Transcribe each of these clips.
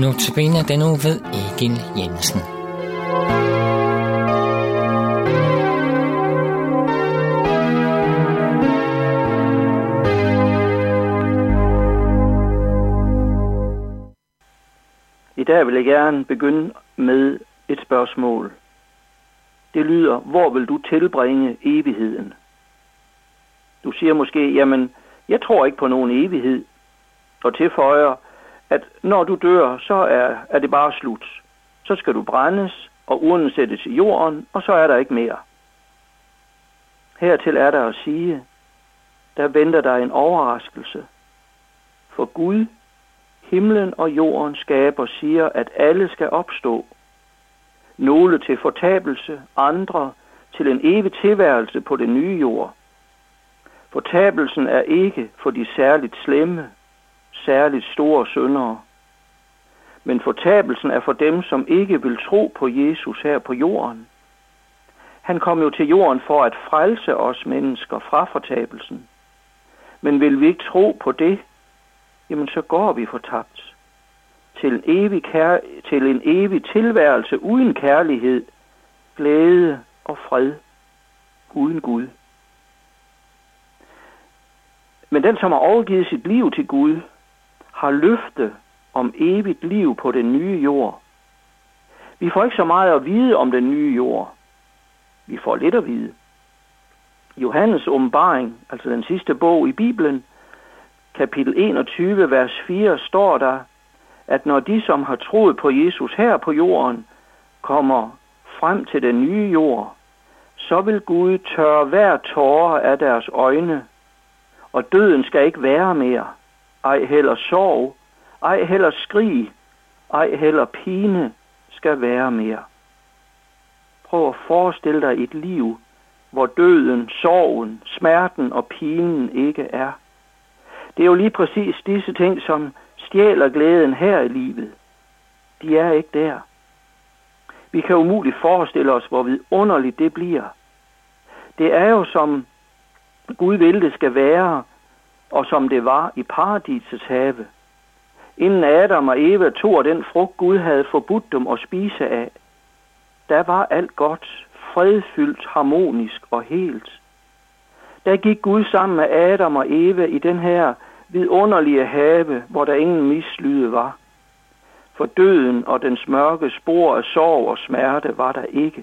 Notabene den uge ved Egil Jensen. I dag vil jeg gerne begynde med et spørgsmål. Det lyder, hvor vil du tilbringe evigheden? Du siger måske, jamen, jeg tror ikke på nogen evighed, og tilføjer, at når du dør, så er det bare slut. Så skal du brændes, og urnen sættes i jorden, og så er der ikke mere. Hertil er der at sige, der venter dig en overraskelse. For Gud, himlen og jorden skaber, siger, at alle skal opstå. Nogle til fortabelse, andre til en evig tilværelse på den nye jord. Fortabelsen er ikke for de særligt slemme, særligt store syndere. Men fortabelsen er for dem, som ikke vil tro på Jesus her på jorden. Han kom jo til jorden for at frelse os mennesker fra fortabelsen. Men vil vi ikke tro på det, jamen så går vi fortabt til en evig tilværelse uden kærlighed, glæde og fred uden Gud. Men den, som har overgivet sit liv til Gud, har løfte om evigt liv på den nye jord. Vi får ikke så meget at vide om den nye jord. Vi får lidt at vide. Johannes åbenbaring, altså den sidste bog i Bibelen, kapitel 21, vers 4, står der, at når de, som har troet på Jesus her på jorden, kommer frem til den nye jord, så vil Gud tørre hver tåre af deres øjne, og døden skal ikke være mere, ej heller sorg, ej heller skrig, ej heller pine skal være mere. Prøv at forestille dig et liv, hvor døden, sorgen, smerten og pinen ikke er. Det er jo lige præcis disse ting, som stjæler glæden her i livet. De er ikke der. Vi kan umuligt forestille os, hvor vidunderligt det bliver. Det er jo som Gud vil det skal være, og som det var i paradisets have. Inden Adam og Eva tog den frugt, Gud havde forbudt dem at spise af, der var alt godt, fredfyldt, harmonisk og helt. Der gik Gud sammen med Adam og Eva i den her vidunderlige have, hvor der ingen mislyde var. For døden og dens mørke spor af sorg og smerte var der ikke.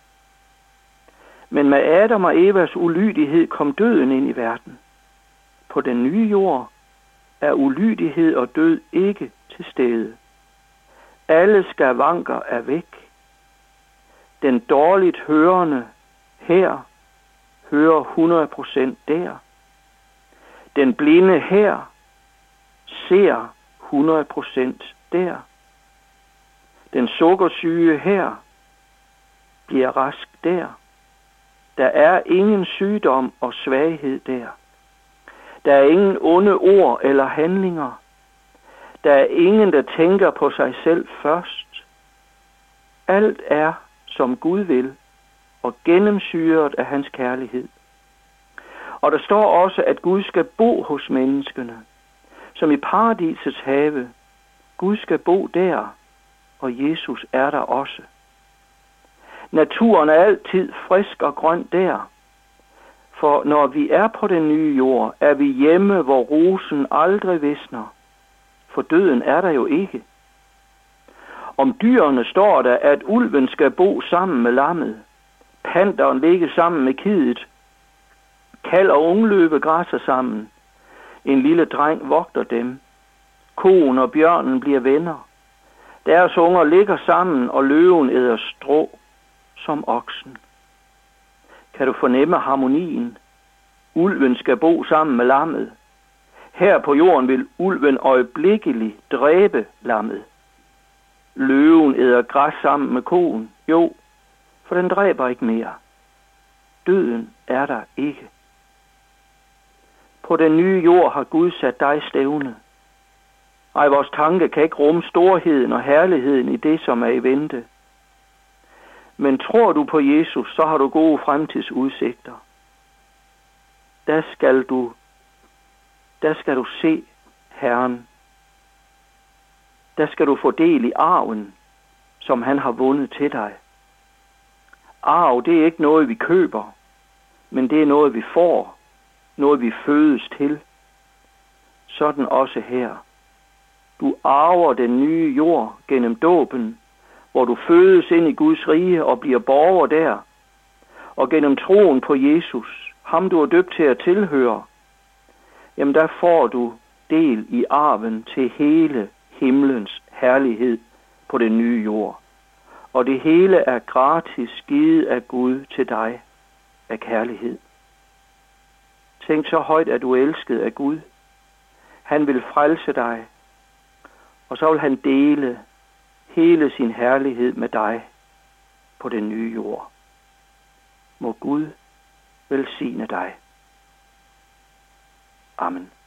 Men med Adam og Evas ulydighed kom døden ind i verden. På den nye jord er ulydighed og død ikke til stede. Alle skavanker er væk. Den dårligt hørende her hører 100% der. Den blinde her ser 100% der. Den sukkersyge her bliver rask der. Der er ingen sygdom og svaghed der. Der er ingen onde ord eller handlinger. Der er ingen, der tænker på sig selv først. Alt er, som Gud vil, og gennemsyret af hans kærlighed. Og der står også, at Gud skal bo hos menneskene, som i paradisets have. Gud skal bo der, og Jesus er der også. Naturen er altid frisk og grøn der, for når vi er på den nye jord, er vi hjemme, hvor rosen aldrig visner, for døden er der jo ikke. Om dyrene står der, at ulven skal bo sammen med lammet, panteren ligge sammen med kiddet, kalv og ungløve græsser sammen, en lille dreng vogter dem, koen og bjørnen bliver venner, deres unger ligger sammen, og løven æder strå som oksen. Kan du fornemme harmonien? Ulven skal bo sammen med lammet. Her på jorden vil ulven øjeblikkeligt dræbe lammet. Løven æder græs sammen med koen. Jo, for den dræber ikke mere. Døden er der ikke. På den nye jord har Gud sat dig stævne. Ej, vores tanke kan ikke rumme storheden og herligheden i det, som er i vente. Men tror du på Jesus, så har du gode fremtidsudsigter. Der skal du se Herren. der skal du få del i arven, som han har vundet til dig. Arv, det er ikke noget, vi køber, men det er noget, vi får, noget, vi fødes til. Sådan også her. Du arver den nye jord gennem dåben, hvor du fødes ind i Guds rige og bliver borger der, og gennem troen på Jesus, ham du er døbt til at tilhøre, jamen der får du del i arven til hele himlens herlighed på den nye jord. Og det hele er gratis givet af Gud til dig af kærlighed. Tænk så højt, at du er elsket af Gud. Han vil frelse dig, og så vil han dele hele sin herlighed med dig på den nye jord. Må Gud velsigne dig. Amen.